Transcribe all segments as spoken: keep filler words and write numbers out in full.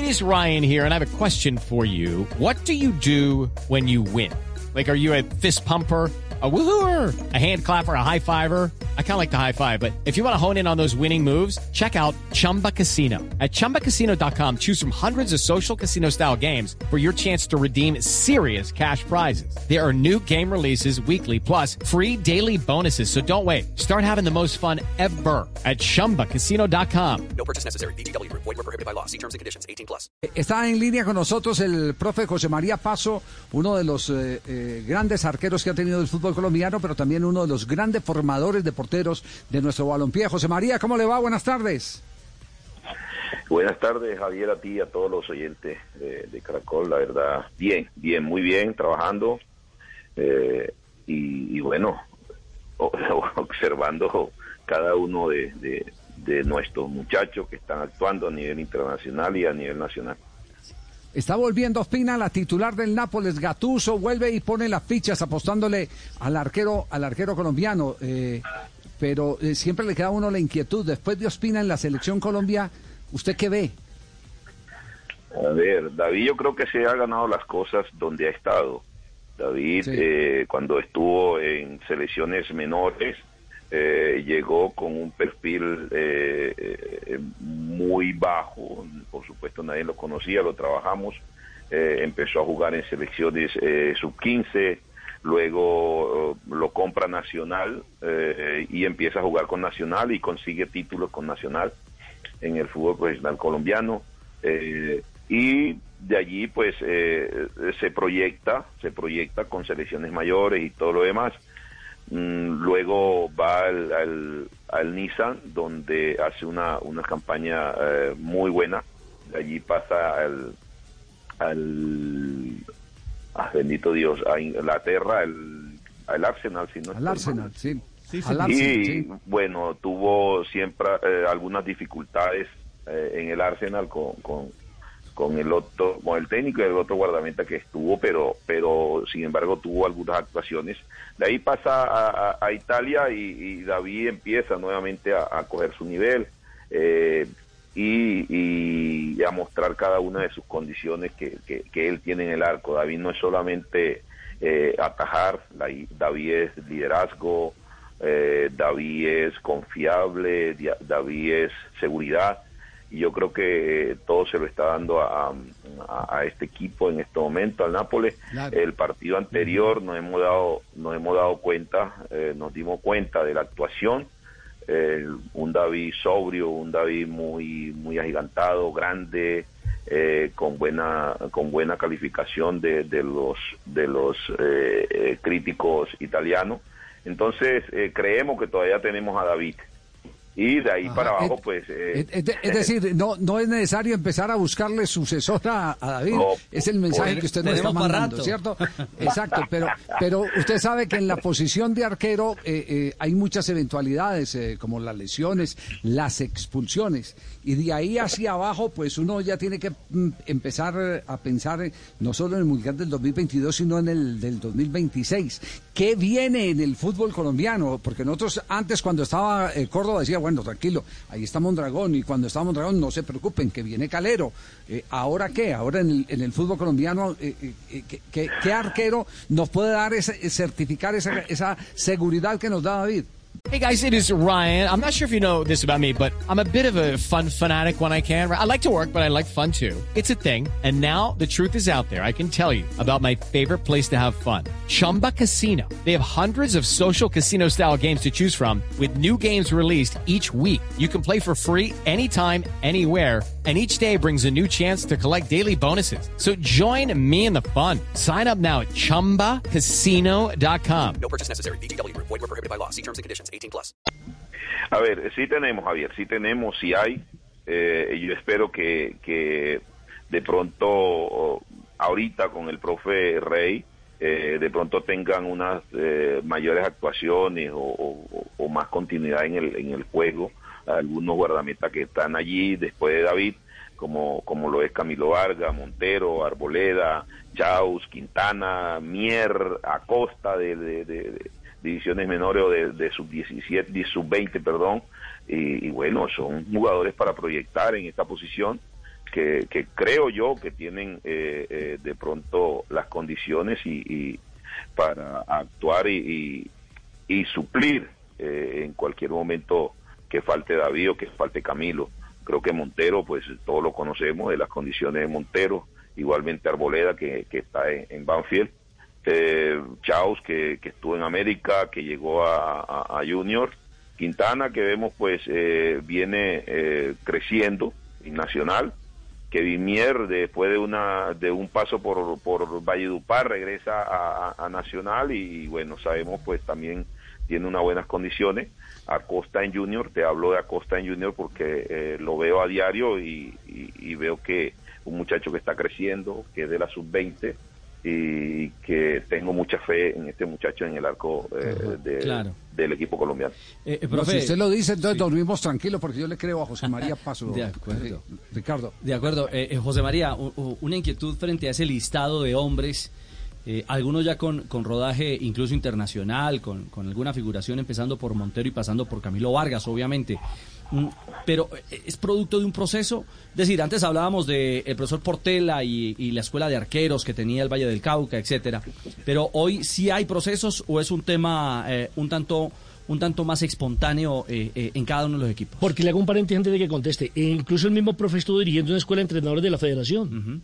is Ryan here, and I have a question for you. What do you do when you win? Like, are you a fist pumper, a woohooer, a hand clapper, a high fiver? I kind of like the high five, but if you want to hone in on those winning moves, check out Chumba Casino. At chumba casino dot com, choose from hundreds of social casino style games for your chance to redeem serious cash prizes. There are new game releases weekly, plus free daily bonuses. So don't wait. Start having the most fun ever at chumba casino dot com. No purchase necessary. V G W Group. Void where prohibited by law. See terms and conditions. eighteen plus. Está en línea con nosotros el profe José María Paso, uno de los eh, eh, grandes arqueros que ha tenido el fútbol colombiano, pero también uno de los grandes formadores de porteros de nuestro balompié. José María, ¿cómo le va? Buenas tardes. Buenas tardes, Javier, a ti y a todos los oyentes de, de Caracol. La verdad, bien, bien, muy bien, trabajando eh, y, y bueno, observando cada uno de, de, de nuestros muchachos que están actuando a nivel internacional y a nivel nacional. Está volviendo Ospina, la titular del Nápoles. Gattuso vuelve y pone las fichas apostándole al arquero, al arquero colombiano. Eh, pero eh, siempre le queda a uno la inquietud. Después de Ospina en la selección Colombia, ¿usted qué ve? A ver, David, yo creo que se ha ganado las cosas donde ha estado. David, sí. eh, cuando estuvo en selecciones menores, eh, llegó con un perfil eh, eh, muy bajo. Por supuesto, nadie lo conocía, lo trabajamos. Eh, empezó a jugar en selecciones eh, sub quince. Luego uh, lo compra Nacional eh, y empieza a jugar con Nacional y consigue títulos con Nacional en el fútbol profesional colombiano. Eh, y de allí pues eh, se proyecta, se proyecta con selecciones mayores y todo lo demás. Mm, luego va al, al, al Nissan, donde hace una, una campaña eh, muy buena. De allí pasa al... al Ah, bendito Dios, a Inglaterra, el, al Arsenal, si no Al Arsenal, sí. Sí, sí. Al Y Arsenal, sí. bueno, tuvo siempre eh, algunas dificultades eh, en el Arsenal con, con, con el otro, con el técnico y el otro guardameta que estuvo, pero pero sin embargo tuvo algunas actuaciones. De ahí pasa a, a, a Italia y, y David empieza nuevamente a, a coger su nivel. Eh, Y, y a mostrar cada una de sus condiciones que, que, que él tiene en el arco. David no es solamente eh, atajar, la, David es liderazgo, eh, David es confiable, David es seguridad, y yo creo que todo se lo está dando a, a, a este equipo en este momento, al Nápoles. Claro. El partido anterior nos hemos dado, nos hemos dado cuenta, eh, nos dimos cuenta de la actuación. Eh, un David sobrio, un David muy muy agigantado, grande, eh, con buena con buena calificación de, de los de los eh, eh, críticos italianos. Entonces eh, creemos que todavía tenemos a David. Y de ahí Ajá, para abajo, es, pues... Eh, es, es, es decir, no no es necesario empezar a buscarle sucesor a, a David. No, es el mensaje por, que usted nos está mandando, ¿cierto? Exacto, pero pero usted sabe que en la posición de arquero eh, eh, hay muchas eventualidades, eh, como las lesiones, las expulsiones. Y de ahí hacia abajo, pues uno ya tiene que mm, empezar a pensar eh, no solo en el Mundial del dos mil veintidós, sino en el del dos mil veintiséis. ¿Qué viene en el fútbol colombiano? Porque nosotros antes, cuando estaba eh, Córdoba, decía, bueno, tranquilo, ahí está Mondragón, y cuando está Mondragón no se preocupen, que viene Calero. Eh, ¿Ahora qué? Ahora en el, en el fútbol colombiano, eh, eh, ¿qué, qué, ¿qué arquero nos puede dar, ese, certificar esa, esa seguridad que nos da David? Hey guys, it is Ryan. I'm not sure if you know this about me, but I'm a bit of a fun fanatic when I can. I like to work, but I like fun too. It's a thing. And now the truth is out there. I can tell you about my favorite place to have fun. Chumba Casino. They have hundreds of social casino style games to choose from with new games released each week. You can play for free anytime, anywhere. And each day brings a new chance to collect daily bonuses. So join me in the fun. Sign up now at chumba casino dot com. No purchase necessary. V G W Group. Void where prohibited by law. See terms and conditions. eighteen plus. A ver, sí tenemos, Javier, sí tenemos, sí hay. Eh, yo espero que, que de pronto, ahorita con el profe Rey, eh, de pronto tengan unas eh, mayores actuaciones o, o, o más continuidad en el, en el juego. Algunos guardametas que están allí después de David, como como lo es Camilo Vargas, Montero, Arboleda, Chaus, Quintana, Mier, Acosta de, de, de, de divisiones menores o de, de sub diecisiete, de sub veinte, perdón, y, y bueno, son jugadores para proyectar en esta posición. que, que creo yo que tienen eh, eh, de pronto las condiciones y, y para actuar y, y, y suplir eh, en cualquier momento que falte David o que falte Camilo. Creo que Montero, pues todos lo conocemos de las condiciones de Montero, igualmente Arboleda que, que está en, en Banfield, eh, Chaus que, que estuvo en América, que llegó a, a, a Junior, Quintana que vemos pues eh, viene eh, creciendo en Nacional, Kevin Mier después de una de un paso por por Valledupar regresa a, a, a Nacional y, y bueno, sabemos pues también tiene unas buenas condiciones. Acosta en Junior, te hablo de Acosta en Junior porque eh, lo veo a diario y, y, y veo que un muchacho que está creciendo, que es de la sub veinte y que tengo mucha fe en este muchacho en el arco eh, de, claro. del equipo colombiano. Eh, eh, profe, no, si usted lo dice, entonces sí. dormimos tranquilos porque yo le creo a José María Paso. De acuerdo. Eh, Ricardo. De acuerdo. Eh, eh, José María, u, una inquietud frente a ese listado de hombres, eh, algunos ya con, con rodaje incluso internacional, con, con alguna figuración empezando por Montero y pasando por Camilo Vargas, obviamente. Pero es producto de un proceso, es decir, antes hablábamos de el profesor Portela y, y la escuela de arqueros que tenía el Valle del Cauca, etcétera, pero hoy sí hay procesos o es un tema eh, un tanto un tanto más espontáneo eh, eh, en cada uno de los equipos. Porque le hago un paréntesis antes de que conteste, e incluso el mismo profe estuvo dirigiendo una escuela de entrenadores de la federación. Uh-huh.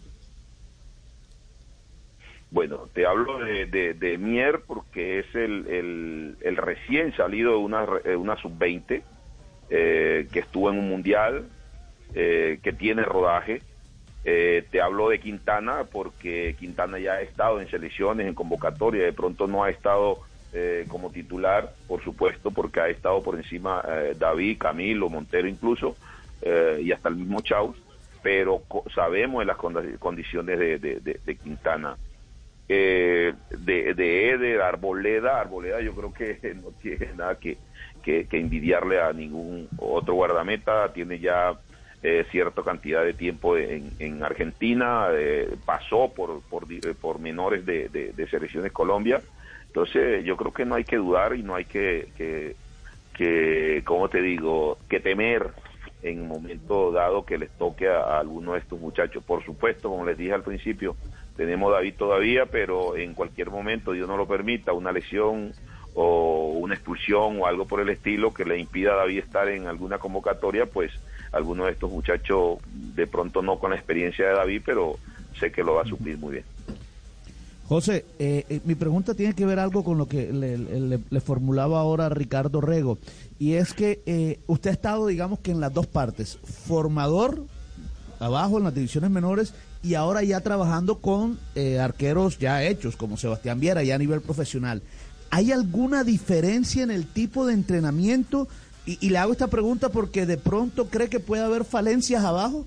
Bueno, te hablo de, de, de Mier porque es el, el, el recién salido de una, una sub veinte. Eh, que estuvo en un mundial, eh, que tiene rodaje. Eh, te hablo de Quintana porque Quintana ya ha estado en selecciones, en convocatoria, de pronto no ha estado eh, como titular, por supuesto, porque ha estado por encima eh, David, Camilo, Montero incluso, eh, y hasta el mismo Chaus, pero co- sabemos de las condi- condiciones de, de, de, de Quintana. Eh, de, de Eder, Arboleda, Arboleda yo creo que no tiene nada que Que, que envidiarle a ningún otro guardameta, tiene ya eh, cierta cantidad de tiempo en, en Argentina, eh, pasó por por, por menores de, de, de selecciones Colombia, entonces yo creo que no hay que dudar y no hay que, que, que ¿cómo te digo?, que temer en un momento dado que les toque a, a alguno de estos muchachos. Por supuesto, como les dije al principio, tenemos a David todavía, pero en cualquier momento, Dios no lo permita, una lesión o una expulsión o algo por el estilo que le impida a David estar en alguna convocatoria, pues alguno de estos muchachos, de pronto no con la experiencia de David, pero sé que lo va a suplir muy bien. José, eh, eh, mi pregunta tiene que ver algo con lo que le, le, le formulaba ahora Ricardo Rego, y es que eh, usted ha estado, digamos que en las dos partes, formador abajo en las divisiones menores y ahora ya trabajando con eh, arqueros ya hechos, como Sebastián Viera, ya a nivel profesional. ¿Hay alguna diferencia en el tipo de entrenamiento? Y, y le hago esta pregunta porque de pronto cree que puede haber falencias abajo.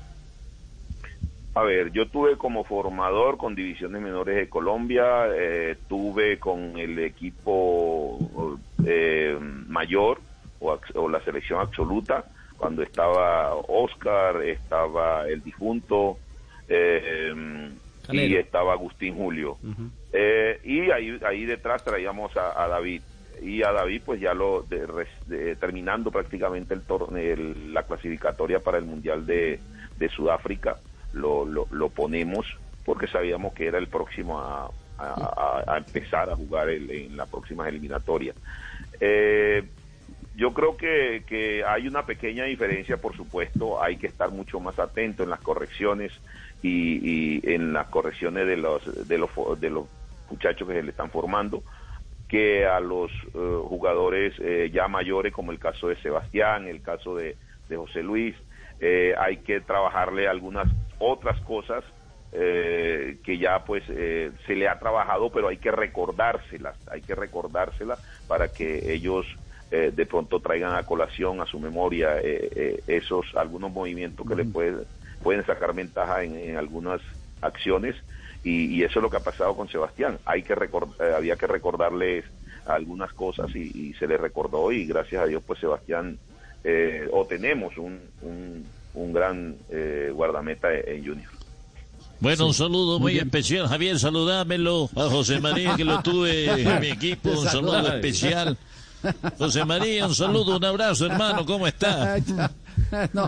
A ver, yo tuve como formador con divisiones menores de Colombia, eh, tuve con el equipo eh, mayor o, o la selección absoluta, cuando estaba Oscar, estaba el difunto, eh, y estaba Agustín Julio. Uh-huh. Eh, y ahí ahí detrás traíamos a, a David. Y a David pues ya lo de, de, terminando prácticamente el, el la clasificatoria para el Mundial de, de Sudáfrica, lo, lo, lo ponemos porque sabíamos que era el próximo a, a, a empezar a jugar el, en las próximas eliminatorias. Eh, yo creo que, que hay una pequeña diferencia, por supuesto, hay que estar mucho más atento en las correcciones y, y en las correcciones de los de los de los muchachos que se le están formando, que a los uh, jugadores eh, ya mayores, como el caso de Sebastián, el caso de, de José Luis, eh, hay que trabajarle algunas otras cosas eh, que ya pues eh, se le ha trabajado, pero hay que recordárselas, hay que recordárselas para que ellos eh, de pronto traigan a colación a su memoria eh, eh, esos algunos movimientos que uh-huh. le pueden pueden sacar ventaja en, en algunas acciones. Y, y eso es lo que ha pasado con Sebastián. Hay que record, eh, había que recordarles algunas cosas y, y se le recordó, y gracias a Dios pues Sebastián eh, o tenemos un, un, un gran eh, guardameta en Junior. Bueno, sí, un saludo muy, muy especial, Javier, saludámelo a José María, que lo tuve en mi equipo, un saludo especial. José María, un saludo, un abrazo, hermano, ¿cómo está? No,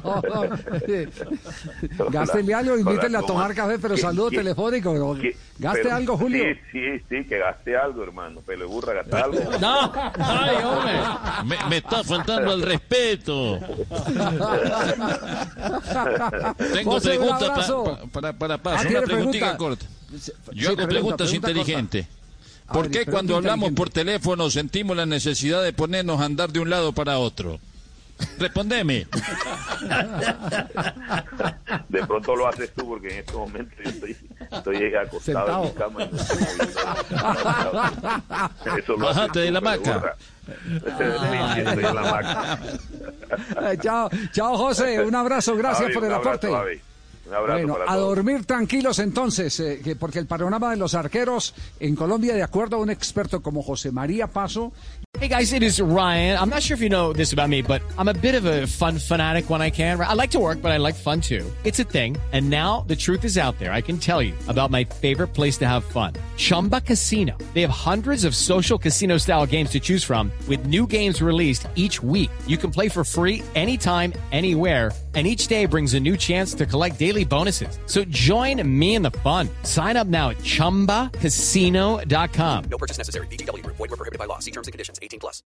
gástele algo, invítenle a tomar café, pero saludo ¿Qué? telefónico. ¿Qué? Gaste pero, algo, Julio. Sí, sí, sí, que gaste algo, hermano. Pelo de burra, gaste algo. No, ay, hombre. Me, me está faltando el respeto. Tengo José, preguntas pa, pa, para, para Paz. Ah, una preguntita pregunta? corta. Yo sí, hago pregunta, preguntas pregunta inteligentes. corta. ¿Por ver, qué cuando hablamos inteligente. por teléfono sentimos la necesidad de ponernos a andar de un lado para otro? Respondeme. De pronto lo haces tú, porque en este momento yo estoy, estoy acostado en mi cama y no estoy moviendo. Eso lo Bájate de la hamaca. Sí, estoy en la hamaca. Chao, chao, José. Un abrazo, gracias Javi, por el un abrazo, aporte. Javi. Un abrazo Bueno, para a todos. dormir tranquilos entonces, eh, que porque el panorama de los arqueros en Colombia, de acuerdo a un experto como José María Paso. Hey guys, it is Ryan. I'm not sure if you know this about me, but I'm a bit of a fun fanatic when I can. I like to work, but I like fun too. It's a thing. And now the truth is out there. I can tell you about my favorite place to have fun. Chumba Casino. They have hundreds of social casino style games to choose from with new games released each week. You can play for free anytime, anywhere. And each day brings a new chance to collect daily bonuses. So join me in the fun. Sign up now at chumba casino dot com. No purchase necessary. V G W Group. Void where prohibited by law. See terms and conditions. eighteen plus.